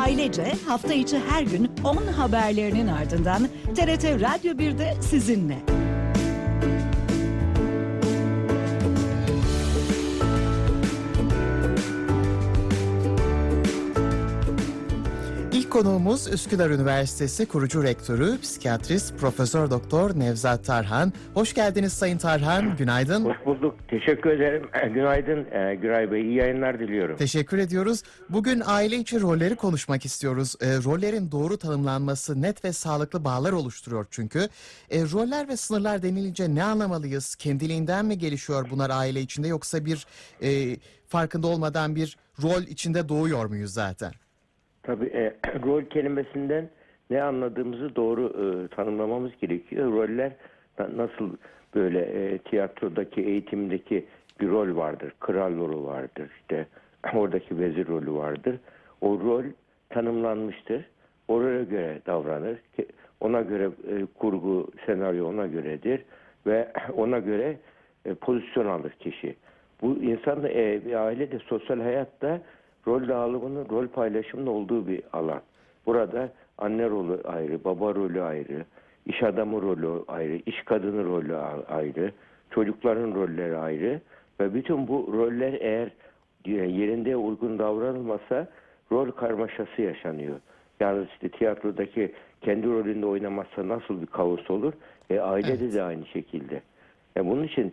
Ailece hafta içi her gün 10 haberlerinin ardından TRT Radyo 1'de sizinle. İlk konuğumuz Üsküdar Üniversitesi kurucu rektörü, psikiyatrist Profesör Doktor Nevzat Tarhan. Hoş geldiniz Sayın Tarhan. Günaydın. Hoş bulduk. Teşekkür ederim. Günaydın Güray Bey. İyi yayınlar diliyorum. Teşekkür ediyoruz. Bugün aile içi rolleri konuşmak istiyoruz. Rollerin doğru tanımlanması net ve sağlıklı bağlar oluşturuyor çünkü. Roller ve sınırlar denilince ne anlamalıyız? Kendiliğinden mi gelişiyor bunlar aile içinde, yoksa bir farkında olmadan bir rol içinde doğuyor muyuz zaten? Tabii rol kelimesinden ne anladığımızı doğru tanımlamamız gerekiyor. Roller nasıl böyle tiyatrodaki, eğitimdeki bir rol vardır. Kral rolü vardır. İşte oradaki vezir rolü vardır. O rol tanımlanmıştır. Oraya göre davranır. Ona göre kurgu, senaryo ona göredir. Ve ona göre pozisyon alır kişi. Bu insan da bir ailede, sosyal hayatta rol dağılımının, rol paylaşımının olduğu bir alan. Burada anne rolü ayrı, baba rolü ayrı, iş adamı rolü ayrı, iş kadını rolü ayrı, çocukların rolleri ayrı ve bütün bu roller eğer yerinde uygun davranılmasa rol karmaşası yaşanıyor. Yani işte tiyatrodaki kendi rolünde oynamazsa nasıl bir kaos olur? Ailede Evet. de aynı şekilde. Bunun için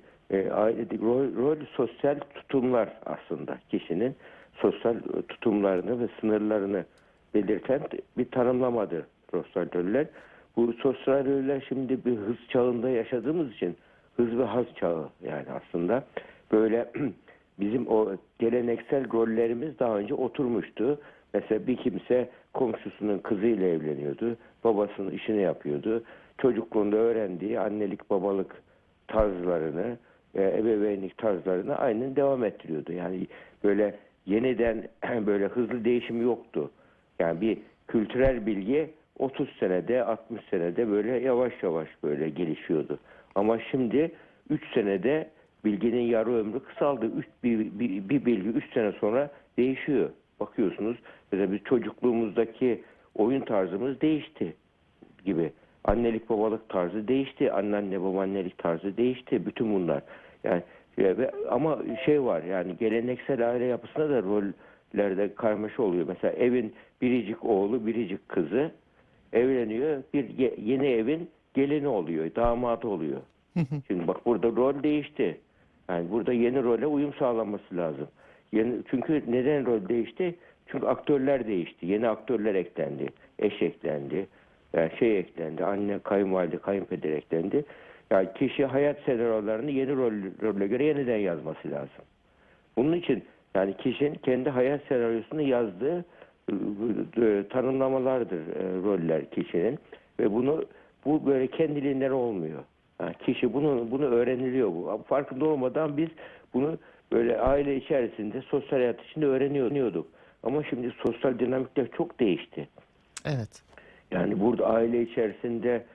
rol sosyal tutumlar aslında kişinin sosyal tutumlarını ve sınırlarını belirten bir tanımlamadır sosyal roller. Bu sosyal roller şimdi bir hız çağında yaşadığımız için hız ve haz çağı yani aslında böyle bizim o geleneksel rollerimiz daha önce oturmuştu. Mesela bir kimse komşusunun kızıyla evleniyordu, babasının işini yapıyordu. Çocukluğunda öğrendiği annelik babalık tarzlarını, ebeveynlik tarzlarını aynen devam ettiriyordu. Yani böyle yeniden böyle hızlı değişim yoktu. Yani bir kültürel bilgi 30 senede 60 senede böyle yavaş yavaş böyle gelişiyordu. Ama şimdi 3 senede bilginin yarı ömrü kısaldı. Bir bilgi 3 sene sonra değişiyor. Bakıyorsunuz mesela biz çocukluğumuzdaki oyun tarzımız değişti gibi. Annelik babalık tarzı değişti. Anneanne babaannelik tarzı değişti. Bütün bunlar. Yani ama şey var yani geleneksel aile yapısında da rollerde karmaşa oluyor. Mesela evin biricik oğlu, biricik kızı evleniyor. Yeni evin gelini oluyor, damadı oluyor. Şimdi bak burada rol değişti. Yani burada yeni role uyum sağlanması lazım. Çünkü neden rol değişti? Çünkü aktörler değişti. Yeni aktörler eklendi. Eş eklendi. Yani eklendi. Anne, kayınvalide, kayınpeder eklendi. Yani kişi hayat senaryolarını yeni role göre yeniden yazması lazım. Bunun için yani kişinin kendi hayat senaryosunu yazdığı tanımlamalardır roller kişinin ve bu böyle kendiliğinden olmuyor. Yani kişi bunu öğreniliyor bu. Farkında olmadan biz bunu böyle aile içerisinde, sosyal hayat içinde öğreniyorduk. Ama şimdi sosyal dinamikler çok değişti. Evet. Yani burada aile içerisinde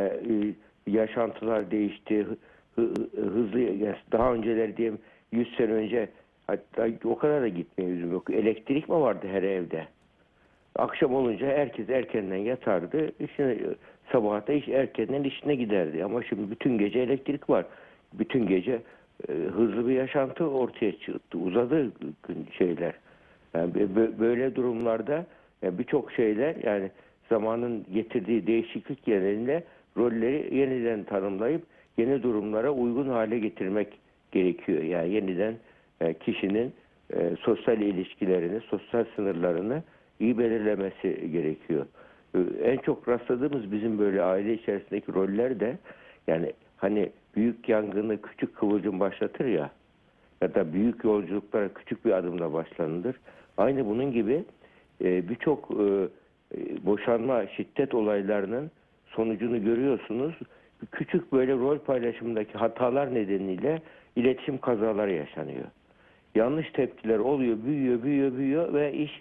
yaşantılar değişti. Hızlı, daha önceler diyelim 100 sene önce hatta o kadar da gitmeye yüzüm yok. Elektrik mi vardı her evde? Akşam olunca herkes erkenden yatardı. Sabahta erkenden işine giderdi. Ama şimdi bütün gece elektrik var. Bütün gece hızlı bir yaşantı ortaya çıktı. Uzadı şeyler. Yani böyle durumlarda birçok şeyler yani zamanın getirdiği değişiklik nedeniyle rolleri yeniden tanımlayıp yeni durumlara uygun hale getirmek gerekiyor. Yani yeniden kişinin sosyal ilişkilerini, sosyal sınırlarını iyi belirlemesi gerekiyor. En çok rastladığımız bizim böyle aile içerisindeki roller de yani hani büyük yangını küçük kıvılcım başlatır ya da büyük yolculuklara küçük bir adımla başlanılır. Aynı bunun gibi birçok boşanma, şiddet olaylarının sonucunu görüyorsunuz. Küçük böyle rol paylaşımındaki hatalar nedeniyle iletişim kazaları yaşanıyor. Yanlış tepkiler oluyor, büyüyor ve iş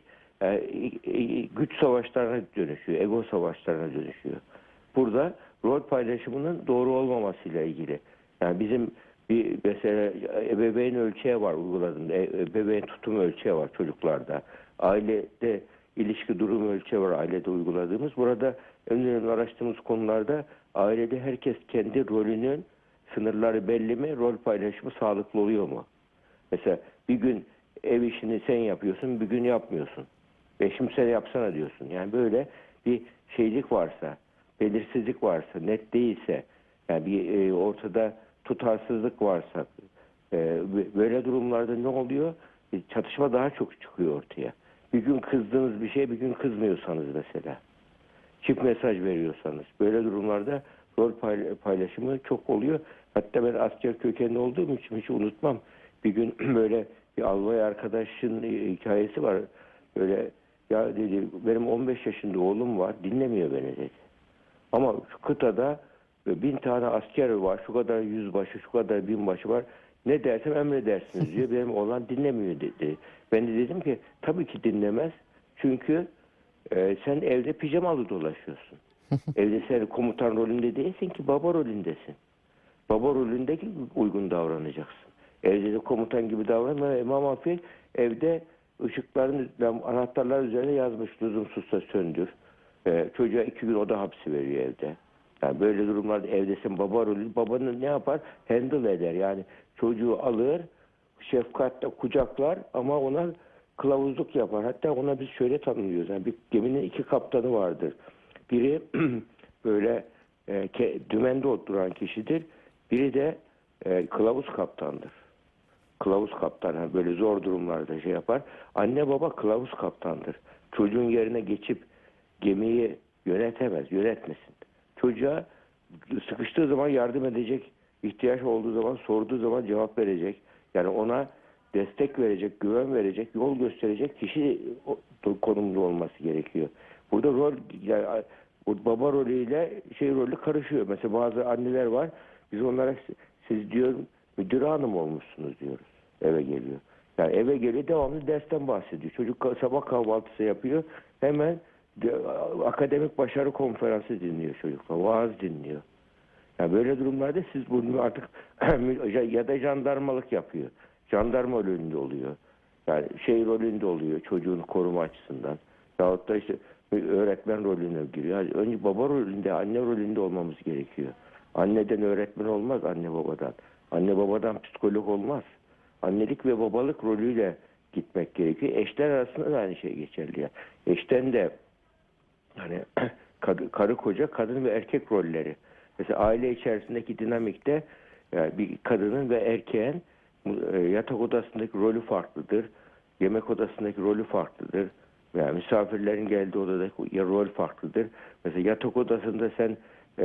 güç savaşlarına dönüşüyor, ego savaşlarına dönüşüyor. Burada rol paylaşımının doğru olmamasıyla ilgili. Yani bizim bir mesela ebeveyn ölçeği var uyguladığında, ebeveyn tutum ölçeği var çocuklarda. Ailede ilişki durum ölçeği var ailede uyguladığımız. Burada en önemli araştırdığımız konularda ailede herkes kendi rolünün sınırları belli mi, rol paylaşımı sağlıklı oluyor mu? Mesela bir gün ev işini sen yapıyorsun, bir gün yapmıyorsun. Şimdi sen yapsana diyorsun. Yani böyle bir şeylik varsa, belirsizlik varsa, net değilse, yani bir ortada tutarsızlık varsa, böyle durumlarda ne oluyor? Çatışma daha çok çıkıyor ortaya. Bir gün kızdığınız bir şey, bir gün kızmıyorsanız mesela. Çift mesaj veriyorsanız. Böyle durumlarda rol paylaşımı çok oluyor. Hatta ben asker kökenli olduğum için hiç unutmam. Bir gün böyle bir albay arkadaşın hikayesi var. Böyle ya dedi benim 15 yaşında oğlum var dinlemiyor beni dedi. Ama şu kıtada 1000 tane asker var. Şu kadar yüzbaşı, şu kadar binbaşı var. Ne dersem emredersiniz diyor. Benim oğlan dinlemiyor dedi. Ben de dedim ki tabii ki dinlemez. Çünkü sen evde pijamalı dolaşıyorsun. Evde sen komutan rolünde değilsin ki baba rolündesin. Baba rolündeki uygun davranacaksın. Evde de komutan gibi davranma. İmam Afil evde ışıkların, anahtarlar üzerine yazmış lüzumsuzsa söndür. Çocuğa 2 gün oda hapsi veriyor evde. Yani böyle durumlarda evdesin baba rolü. Babanın ne yapar? Handle eder. Yani çocuğu alır, şefkatle kucaklar ama ona kılavuzluk yapar. Hatta ona biz şöyle tanımlıyoruz. Yani bir geminin 2 kaptanı vardır. Biri böyle dümende oturan kişidir. Biri de kılavuz kaptandır. Kılavuz kaptan yani böyle zor durumlarda şey yapar. Anne baba kılavuz kaptandır. Çocuğun yerine geçip gemiyi yönetemez, yönetmesin. Çocuğa sıkıştığı zaman yardım edecek, ihtiyaç olduğu zaman, sorduğu zaman cevap verecek. Yani ona destek verecek, güven verecek, yol gösterecek kişi konumunda olması gerekiyor. Burada rol, yani baba rolüyle şey rolü karışıyor. Mesela bazı anneler var, biz onlara siz diyor müdür hanım olmuşsunuz diyoruz. Eve geliyor. Yani eve geliyor devamlı dersten bahsediyor. Çocuk sabah kahvaltısı yapıyor. Hemen akademik başarı konferansı dinliyor çocuklar. Vaaz dinliyor. Yani böyle durumlarda siz bunu artık ya da jandarmalık yapıyor. Jandarma rolünde oluyor. Yani şey rolünde oluyor çocuğun koruma açısından. Yahut da işte öğretmen rolüne giriyor. Yani önce baba rolünde, anne rolünde olmamız gerekiyor. Anneden öğretmen olmaz, anne babadan. Anne babadan psikolog olmaz. Annelik ve babalık rolüyle gitmek gerekiyor. Eşler arasında da aynı şey geçerli. Yani eşten de hani karı koca, kadın ve erkek rolleri. Mesela aile içerisindeki dinamikte yani bir kadının ve erkeğin yatak odasındaki rolü farklıdır. Yemek odasındaki rolü farklıdır. Yani misafirlerin geldiği odadaki rol farklıdır. Mesela yatak odasında sen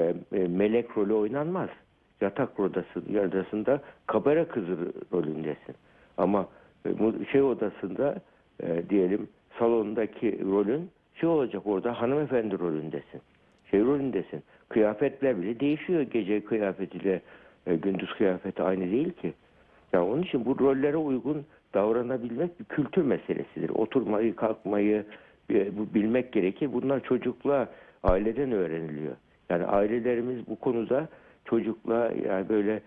melek rolü oynanmaz. Yatak odasında kabara kızı rolündesin. Ama şey odasında diyelim salondaki rolün şey olacak orada hanımefendi rolündesin. Şey rolündesin. Kıyafetler bile değişiyor. Gece kıyafetiyle gündüz kıyafeti aynı değil ki. Yani onun için bu rollere uygun davranabilmek bir kültür meselesidir. Oturmayı, kalkmayı bilmek gerekir. Bunlar çocukla aileden öğreniliyor. Yani ailelerimiz bu konuda çocukla yani böyle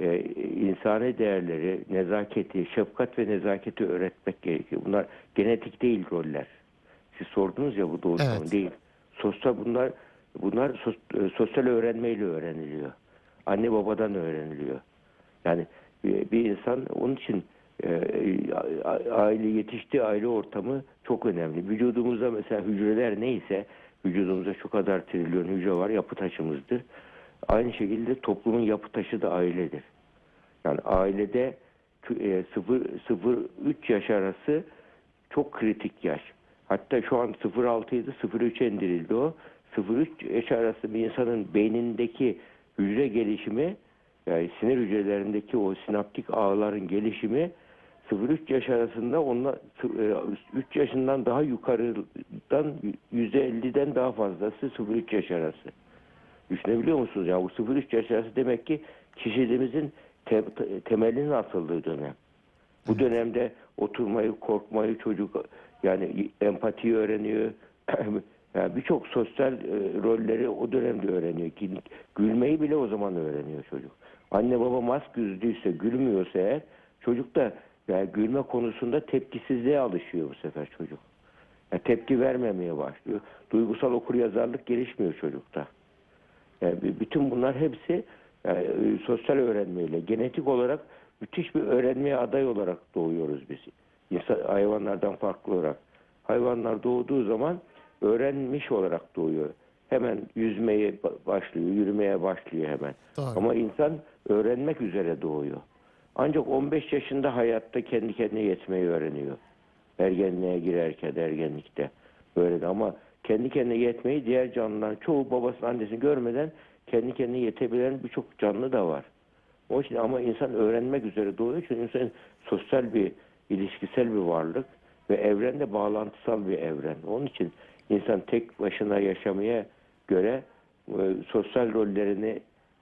insani değerleri, nezaketi, şefkat ve nezaketi öğretmek gerekiyor. Bunlar genetik değil roller. Siz sordunuz ya bu doğuştan Evet. değil. Bunlar sosyal öğrenmeyle öğreniliyor. Anne babadan öğreniliyor. Yani bir insan onun için aile yetiştiği aile ortamı çok önemli. Vücudumuzda mesela hücreler neyse vücudumuzda şu kadar trilyon hücre var yapı taşımızdır. Aynı şekilde toplumun yapı taşı da ailedir. Yani ailede 0-3 yaş arası çok kritik yaş. Hatta şu an 0,6 idi 0,3'e indirildi o. 0-3 yaş arası bir insanın beynindeki hücre gelişimi yani sinir hücrelerindeki o sinaptik ağların gelişimi 0-3 yaş arasında onunla 3 yaşından daha yukarıdan %50'den daha fazlası 0-3 yaş arası. Düşünebiliyor musunuz? Ya bu 0-3 yaş arası demek ki kişiliğimizin temelinin atıldığı dönem. Bu dönemde oturmayı, korkmayı çocuk yani empatiyi öğreniyor. Yani birçok sosyal rolleri o dönemde öğreniyor. Gülmeyi bile o zaman öğreniyor çocuk. Anne baba mask yüzlüyse, gülmüyorsa eğer çocuk da yani gülme konusunda tepkisizliğe alışıyor bu sefer çocuk. Yani tepki vermemeye başlıyor. Duygusal okuryazarlık gelişmiyor çocukta. Yani bütün bunlar hepsi yani, sosyal öğrenmeyle, genetik olarak müthiş bir öğrenmeye aday olarak doğuyoruz biz. İnsan, hayvanlardan farklı olarak. Hayvanlar doğduğu zaman öğrenmiş olarak doğuyor. Hemen yüzmeye başlıyor, yürümeye başlıyor hemen. Doğru. Ama insan öğrenmek üzere doğuyor. Ancak 15 yaşında hayatta kendi kendine yetmeyi öğreniyor. Ergenliğe girerken, ergenlikte böyle de. Ama kendi kendine yetmeyi diğer canlıların çoğu babasını annesini görmeden kendi kendine yetebilen birçok canlı da var. O için ama insan öğrenmek üzere doğuyor. Çünkü insan sosyal bir, ilişkisel bir varlık ve evrende bağlantısal bir evren. Onun için insan tek başına yaşamaya göre sosyal rollerini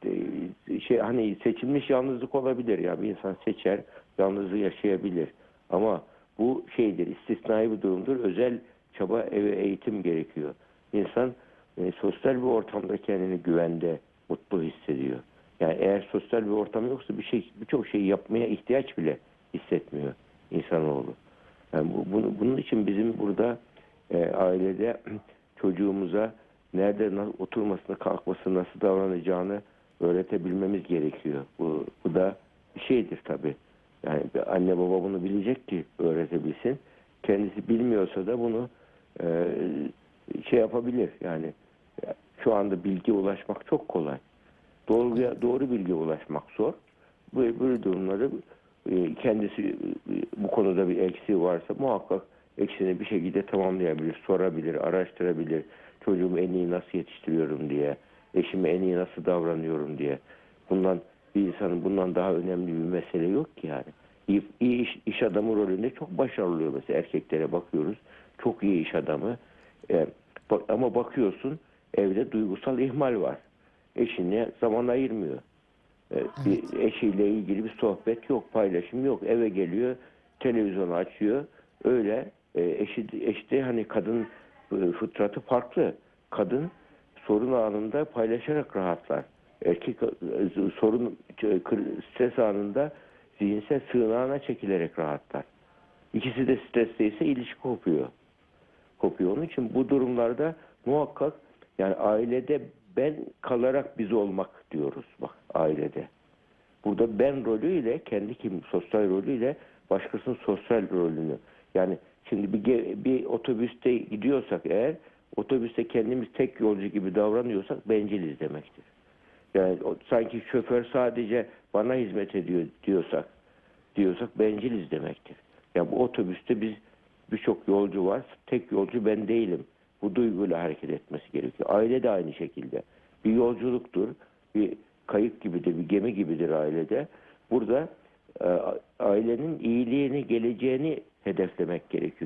hani seçilmiş yalnızlık olabilir ya, bir insan seçer yalnızlığı yaşayabilir ama bu şeydir, istisnai bir durumdur. Özel çaba ve eğitim gerekiyor. İnsan sosyal bir ortamda kendini güvende, mutlu hissediyor. Yani eğer sosyal bir ortam yoksa birçok şey yapmaya ihtiyaç bile hissetmiyor insanoğlu. Yani bunun için bizim burada ailede çocuğumuza nerede oturmasını, kalkmasını, nasıl davranacağını öğretebilmemiz gerekiyor. Bu da bir şeydir tabii. Yani anne baba bunu bilecek ki öğretebilsin. Kendisi bilmiyorsa da bunu şey yapabilir. Yani şu anda bilgiye ulaşmak çok kolay. Doğru bilgiye ulaşmak zor. Böyle durumları kendisi bu konuda bir eksiği varsa muhakkak eksiğini bir şekilde tamamlayabilir, sorabilir, araştırabilir. Çocuğumu en iyi nasıl yetiştiriyorum diye, eşime en iyi nasıl davranıyorum diye. Bir insanın bundan daha önemli bir mesele yok ki yani. İyi iş adamı rolünde çok başarılı oluyor mesela, erkeklere bakıyoruz. Çok iyi iş adamı. Ama bakıyorsun evde duygusal ihmal var. Eşine zaman ayırmıyor. Bir eşiyle ilgili bir sohbet yok, paylaşım yok. Eve geliyor, televizyonu açıyor. Öyle eşte hani kadın fıtratı farklı. Kadın sorun anında paylaşarak rahatlar. Erkek sorun stres anında zihinsel sığınağına çekilerek rahatlar. İkisi de stresteyse ilişki kopuyor. Onun için bu durumlarda muhakkak yani ailede ben kalarak biz olmak diyoruz bak ailede. Burada ben rolüyle sosyal rolüyle başkasının sosyal rolünü. Yani şimdi bir otobüste gidiyorsak eğer otobüste kendimiz tek yolcu gibi davranıyorsak benciliz demektir. Yani sanki şoför sadece bana hizmet ediyor diyorsak benciliz demektir. Yani bu otobüste birçok yolcu var. Tek yolcu ben değilim. Bu duyguyla hareket etmesi gerekiyor. Aile de aynı şekilde. Bir yolculuktur. Bir kayık gibidir, bir gemi gibidir ailede. Burada ailenin iyiliğini, geleceğini hedeflemek gerekiyor.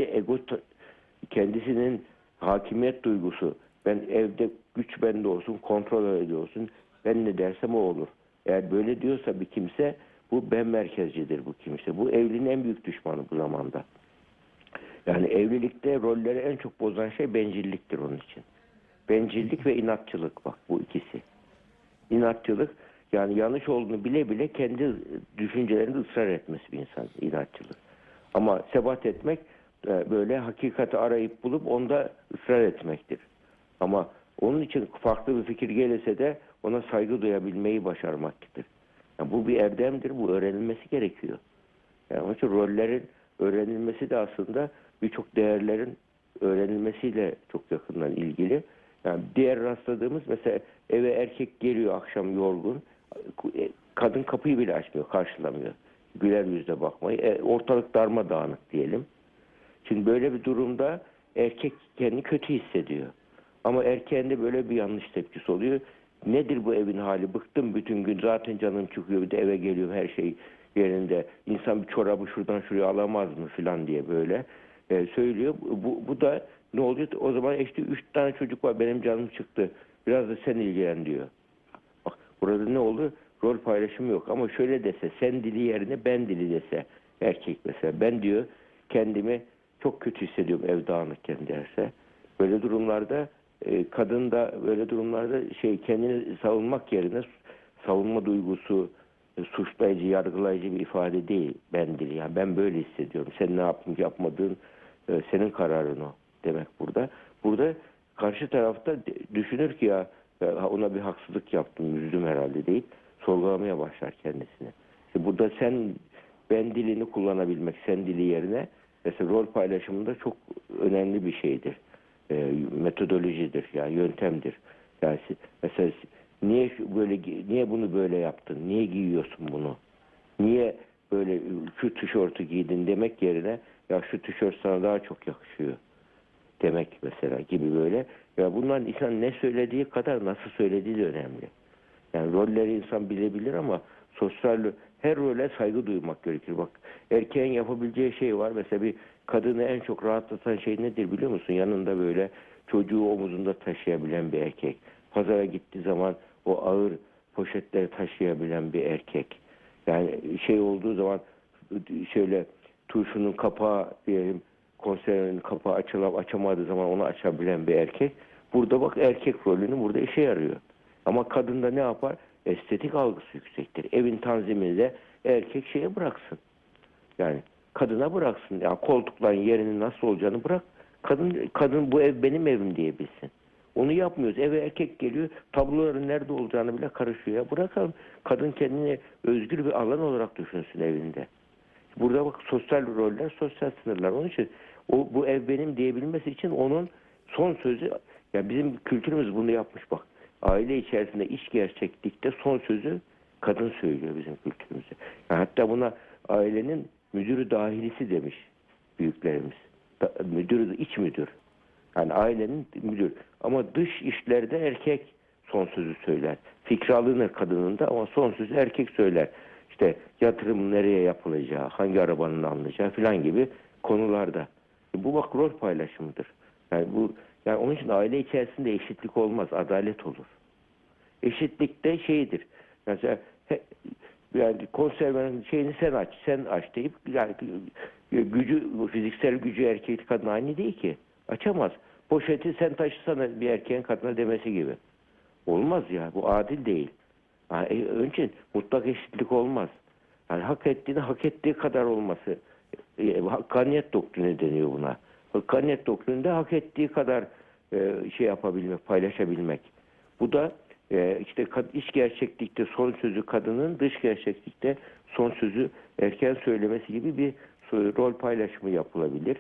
Kendisinin hakimiyet duygusu. Ben evde güç bende olsun, kontrol öyle olsun. Ben ne dersem o olur. Eğer böyle diyorsa bir kimse bu ben merkezcidir bu kimse. Bu evliliğin en büyük düşmanı bu zamanda. Yani evlilikte rolleri en çok bozan şey bencilliktir onun için. Bencillik ve inatçılık bak bu ikisi. İnatçılık yani yanlış olduğunu bile bile kendi düşüncelerinde ısrar etmesi bir insan inatçılık. Ama sebat etmek böyle hakikati arayıp bulup onda ısrar etmektir. Ama onun için farklı bir fikir gelirse de ona saygı duyabilmeyi başarmaktır. Yani bu bir erdemdir, bu öğrenilmesi gerekiyor. Yani onun için rollerin öğrenilmesi de aslında birçok değerlerin öğrenilmesiyle çok yakından ilgili. Yani diğer rastladığımız mesela eve erkek geliyor akşam yorgun, kadın kapıyı bile açmıyor, karşılamıyor. Güler yüzle bakmayı, ortalık darmadağınık diyelim. Şimdi böyle bir durumda erkek kendini kötü hissediyor. Ama erkeğin de böyle bir yanlış tepkisi oluyor. Nedir bu evin hali? Bıktım bütün gün, zaten canım çıkıyor, bir de eve geliyorum her şey yerinde. İnsan bir çorabı şuradan şuraya alamaz mı falan diye böyle söylüyor. Bu da ne oluyor? O zaman işte 3 tane çocuk var, benim canım çıktı. Biraz da sen ilgilen diyor. Bak burada ne oldu? Rol paylaşımı yok. Ama şöyle dese, sen dili yerine ben dili dese erkek mesela. Ben diyor kendimi çok kötü hissediyorum ev dağınıkken derse. Böyle durumlarda kadın da böyle durumlarda kendini savunmak yerine savunma duygusu suçlayıcı, yargılayıcı bir ifade değil ben dili. Yani ben böyle hissediyorum. Sen ne yaptın, yapmadın, senin kararın o demek burada. Burada karşı tarafta düşünür ki ya ona bir haksızlık yaptım, üzdüm herhalde deyip sorgulamaya başlar kendisini. İşte burada ben dilini kullanabilmek, sen dili yerine mesela rol paylaşımında çok önemli bir şeydir. Metodolojidir, yani yöntemdir. Yani mesela niye bunu böyle yaptın? Niye giyiyorsun bunu? Niye böyle şu tişörtü giydin demek yerine ya şu tişört sana daha çok yakışıyor demek mesela gibi böyle. Ya bunların insan ne söylediği kadar nasıl söylediği de önemli. Yani rolleri insan bilebilir ama her role saygı duymak gerekir. Bak, erkeğin yapabileceği şey var. Mesela bir kadını en çok rahatlatan şey nedir biliyor musun? Yanında böyle çocuğu omuzunda taşıyabilen bir erkek. Pazara gittiği zaman o ağır poşetleri taşıyabilen bir erkek. Yani şey olduğu zaman şöyle turşunun kapağı diyelim, konservenin kapağı açamadığı zaman onu açabilen bir erkek. Burada bak, erkek rolünü burada işe yarıyor. Ama kadında ne yapar? Estetik algısı yüksektir. Evin tanziminde erkek şeye bıraksın. Yani kadına bıraksın. Yani koltukların yerinin nasıl olacağını bırak. Kadın bu ev benim evim diyebilsin. Onu yapmıyoruz. Eve erkek geliyor, tabloların nerede olacağını bile karışıyor. Ya bırakalım. Kadın kendini özgür bir alan olarak düşünsün evinde. Burada bak, sosyal roller, sosyal sınırlar. Onun için bu ev benim diyebilmesi için onun son sözü, ya bizim kültürümüz bunu yapmış bak. Aile içerisinde iş gerçeklikte son sözü kadın söylüyor bizim kültürümüzde. Yani hatta buna ailenin müdürü dahilisi demiş büyüklerimiz. İç müdür. Yani ailenin müdür. Ama dış işlerde erkek son sözü söyler. Fikri alınır kadının da ama son sözü erkek söyler. İşte yatırım nereye yapılacağı, hangi arabanın alınacağı filan gibi konularda. Bu bak, rol paylaşımıdır. Yani onun için aile içerisinde eşitlik olmaz, adalet olur. Eşitlik de şeydir. Mesela yani konservenin şeyini sen aç deyip, yani fiziksel gücü erkek kadın aynı değil ki. Açamaz. Poşeti sen taşısana bir erkeğin kadına demesi gibi. Olmaz ya. Bu adil değil. Yani önce mutlak eşitlik olmaz. Yani hak ettiği kadar olması. Hakkaniyet doktrini deniyor buna. Hakkaniyet doktrininde hak ettiği kadar şey yapabilmek, paylaşabilmek. Bu da işte iç gerçeklikte son sözü kadının, dış gerçeklikte son sözü erkeğin söylemesi gibi bir rol paylaşımı yapılabilir.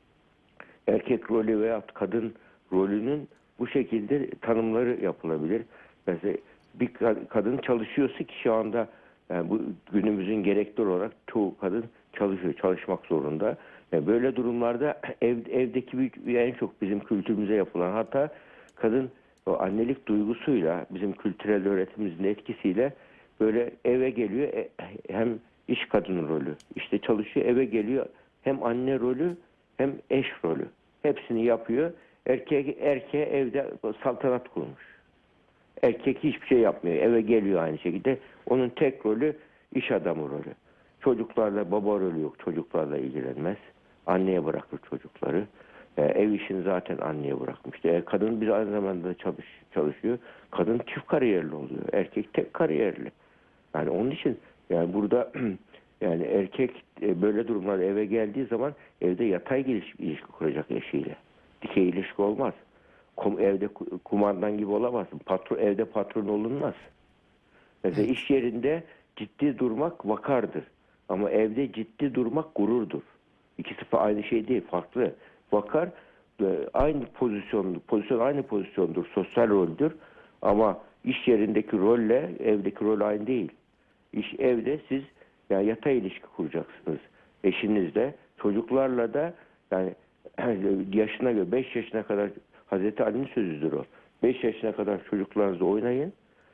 Erkek rolü veya kadın rolünün bu şekilde tanımları yapılabilir. Mesela bir kadın çalışıyorsa ki şu anda, yani bu günümüzün gerekli olarak çoğu kadın çalışmak zorunda. Böyle durumlarda evdeki en çok bizim kültürümüze yapılan hata, kadın o annelik duygusuyla, bizim kültürel öğretimimizin etkisiyle böyle eve geliyor, hem iş kadını rolü, işte çalışıyor, eve geliyor, hem anne rolü hem eş rolü. Hepsini yapıyor. Erkeğe evde saltanat kurmuş. Erkek hiçbir şey yapmıyor. Eve geliyor aynı şekilde. Onun tek rolü iş adamı rolü. Çocuklarla baba rolü yok. Çocuklarla ilgilenmez. Anneye bırakır çocukları. Ev işini zaten anneye bırakmıştı. Kadın bir aynı zamanda çalışıyor. Kadın çift kariyerli oluyor. Erkek tek kariyerli. Yani onun için yani burada yani erkek böyle durumlarda eve geldiği zaman evde yatay ilişki kuracak eşiyle. Dikey ilişki olmaz. Evde kumandan gibi olamazsın. Evde patron olunmaz. Mesela iş yerinde ciddi durmak vakardır. Ama evde ciddi durmak gururdur. İkisi aynı şey değil, farklı. Vakar aynı pozisyon aynı pozisyondur, sosyal roldür. Ama iş yerindeki rolle evdeki rol aynı değil. Evde siz yani yatay ilişki kuracaksınız eşinizle, çocuklarla da. Yani yaşına göre 5 yaşına kadar, Hazreti Ali'nin sözüdür o. 5 yaşına kadar çocuklarınızla oynayın.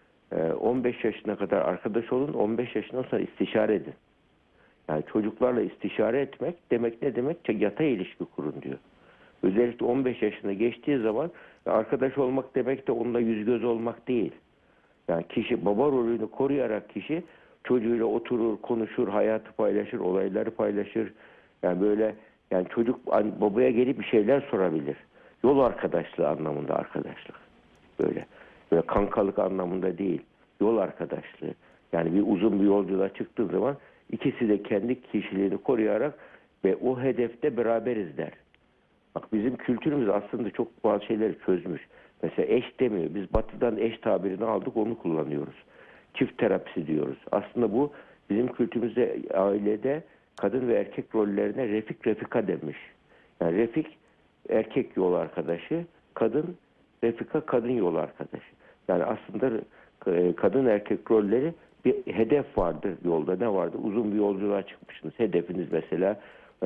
15 yaşına kadar arkadaş olun. 15 yaşından sonra istişare edin. Yani çocuklarla istişare etmek demek ne demek? Yatay ilişki kurun diyor. Özellikle 15 yaşına geçtiği zaman arkadaş olmak demek de onunla yüz göz olmak değil. Yani kişi baba rolünü koruyarak kişi çocuğuyla oturur, konuşur, hayatı paylaşır, olayları paylaşır. Yani böyle, yani çocuk babaya gelip bir şeyler sorabilir. Yol arkadaşlığı anlamında arkadaşlık. Böyle kankalık anlamında değil. Yol arkadaşlığı. Yani bir uzun bir yolculuğa çıktığı zaman ikisi de kendi kişiliğini koruyarak ve o hedefte beraberiz der. Bak bizim kültürümüz aslında çok bazı şeyleri çözmüş. Mesela eş demiyor. Biz batıdan eş tabirini aldık, onu kullanıyoruz. Çift terapisi diyoruz. Aslında bu bizim kültürümüzde, ailede kadın ve erkek rollerine refik refika demiş. Yani refik erkek yol arkadaşı, kadın refika kadın yol arkadaşı. Yani aslında kadın erkek rolleri, bir hedef vardır yolda. Ne vardı? Uzun bir yolculuğa çıkmışsınız. Hedefiniz mesela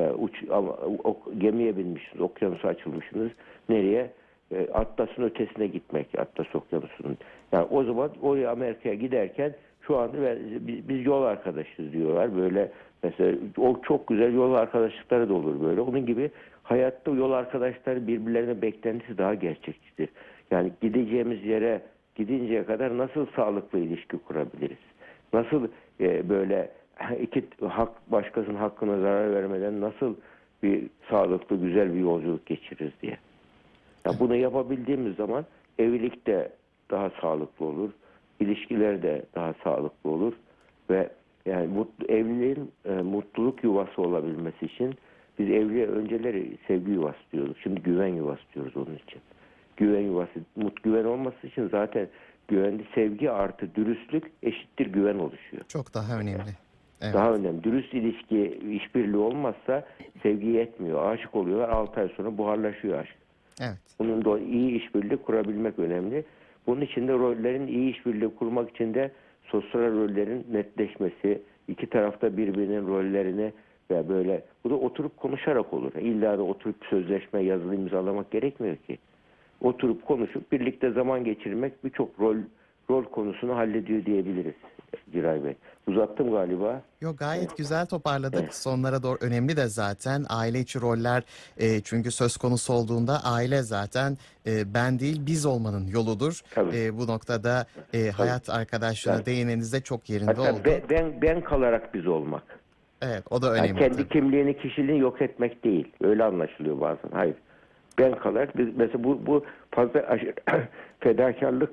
gemiye binmişsiniz, okyanusa açılmışsınız. Nereye? Atlas'ın ötesine gitmek, Atlas Okyanusu'nun. Yani o zaman oraya, Amerika'ya giderken şu anda biz yol arkadaşız diyorlar. Böyle mesela o çok güzel yol arkadaşlıkları da olur böyle. Onun gibi hayatta yol arkadaşları birbirlerine beklentisi daha gerçekçidir. Yani gideceğimiz yere gidinceye kadar nasıl sağlıklı ilişki kurabiliriz? Nasıl böyle başkasının hakkına zarar vermeden nasıl bir sağlıklı, güzel bir yolculuk geçiririz diye. Ya bunu yapabildiğimiz zaman evlilik de daha sağlıklı olur, ilişkiler de daha sağlıklı olur ve yani evliliğin mutluluk yuvası olabilmesi için biz evliliğe önceleri sevgi yuvası diyorduk. Şimdi güven yuvası diyoruz onun için. Güven yuvası, güven olması için zaten sevgi artı dürüstlük eşittir güven oluşuyor. Çok daha önemli. Evet. Daha önemli. Dürüst ilişki, işbirliği olmazsa sevgi yetmiyor. Aşık oluyorlar. 6 ay sonra buharlaşıyor aşk. Evet. Bunun da iyi işbirliği kurabilmek önemli. Bunun için de rollerin iyi işbirliği kurmak için de sosyal rollerin netleşmesi, iki tarafta birbirinin rollerini ve böyle, bu da oturup konuşarak olur. İlla da oturup sözleşme, yazılı imzalamak gerekmiyor ki. Oturup konuşup birlikte zaman geçirmek birçok rol konusunu hallediyor diyebiliriz Giray Bey. Uzattım galiba. Yok, gayet güzel toparladık. Evet. Sonlara doğru önemli de zaten aile içi roller, çünkü söz konusu olduğunda aile zaten ben değil biz olmanın yoludur. Tabii. Bu noktada hayat arkadaşlığına Yani, değinmeniz de çok yerinde hatta oldu. ben kalarak biz olmak. Evet, o da Yani önemli. kendi tabii. kimliğini, kişiliğini yok etmek değil. Öyle anlaşılıyor bazen. Hayır. Ben kalarak biz, mesela bu fazla fedakarlık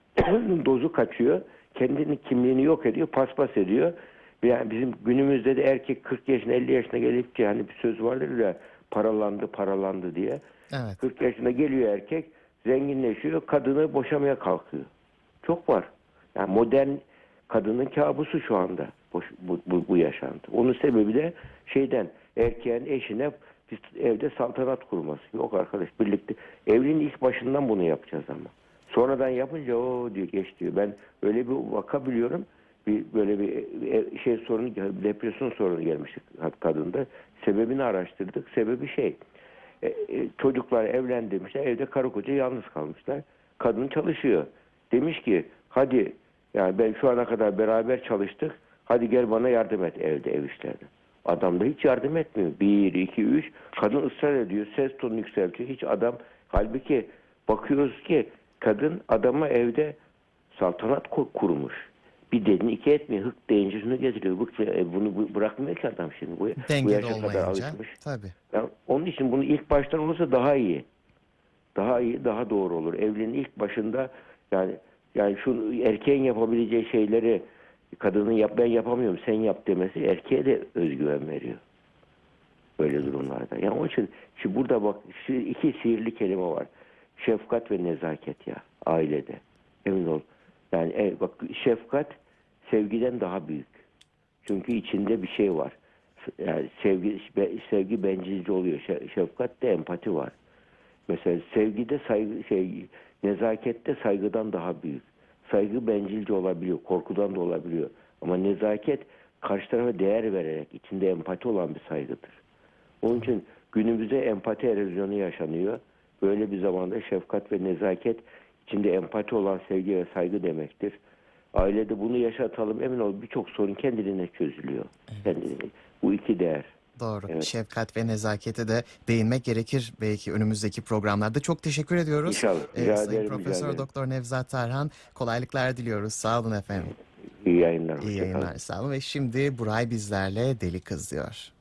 dozu kaçıyor. Kendini, kimliğini yok ediyor, paspas ediyor. Yani bizim günümüzde de erkek 40 yaşına 50 yaşına gelip ki, hani bir söz vardır ya, paralandı diye. Evet. 40 yaşına geliyor erkek, zenginleşiyor, kadını boşamaya kalkıyor. Çok var. Yani modern kadının kabusu şu anda bu yaşantı. Onun sebebi de erkeğin eşine evde saltanat kurması. Yok arkadaş, birlikte evliliğin ilk başından bunu yapacağız ama. Sonradan yapınca o diyor, geç diyor. Ben öyle bir vaka biliyorum. Böyle bir sorunu, depresyon sorunu gelmişti kadında. Sebebini araştırdık. Sebebi çocuklar evlendirmişler. Evde karı koca yalnız kalmışlar. Kadın çalışıyor. Demiş ki hadi, yani ben şu ana kadar beraber çalıştık. Hadi gel bana yardım et evde, ev işlerinde. Adam da hiç yardım etmiyor. 1, 2, 3. Kadın ısrar ediyor. Ses tonunu yükseltiyor. Hiç adam, halbuki bakıyoruz ki kadın adama evde saltanat kurmuş. Bir dedin iki etmiyor. Hık deyince şunu getiriyor. Bunu bırakmıyor ki adam şimdi. Bu Dengede yaşa kadar olmayınca. alışmış. Tabii. Yani onun için bunu ilk baştan olursa daha iyi. Daha iyi, daha doğru olur. Evliliğin ilk başında yani şu erkeğin yapabileceği şeyleri kadının ben yapamıyorum sen yap demesi erkeğe de özgüven veriyor. Böyle durumlarda. Yani onun için şimdi burada bak, şu iki sihirli kelime var. Şefkat ve nezaket ya ailede. Emin ol. Yani bak, şefkat sevgiden daha büyük. Çünkü içinde bir şey var. Yani sevgi bencilce oluyor. Şefkatte empati var. Mesela sevgide nezakette saygıdan daha büyük. Saygı bencilce olabiliyor, korkudan da olabiliyor. Ama nezaket karşı tarafa değer vererek, içinde empati olan bir saygıdır. Onun için günümüzde empati erozyonu yaşanıyor. Böyle bir zamanda şefkat ve nezaket içinde empati olan sevgi ve saygı demektir. Ailede bunu yaşatalım, emin ol birçok sorun kendiliğine çözülüyor. Evet. Kendiliğine. Bu iki değer. Doğru. Evet. Şefkat ve nezakete de değinmek gerekir belki önümüzdeki programlarda. Çok teşekkür ediyoruz. İnşallah. Sayın Profesör Doktor Nevzat Tarhan, kolaylıklar diliyoruz. Sağ olun efendim. İyi yayınlar. İyi yayınlar. Sağ olun. Ve şimdi Buray bizlerle Deli Kız diyor.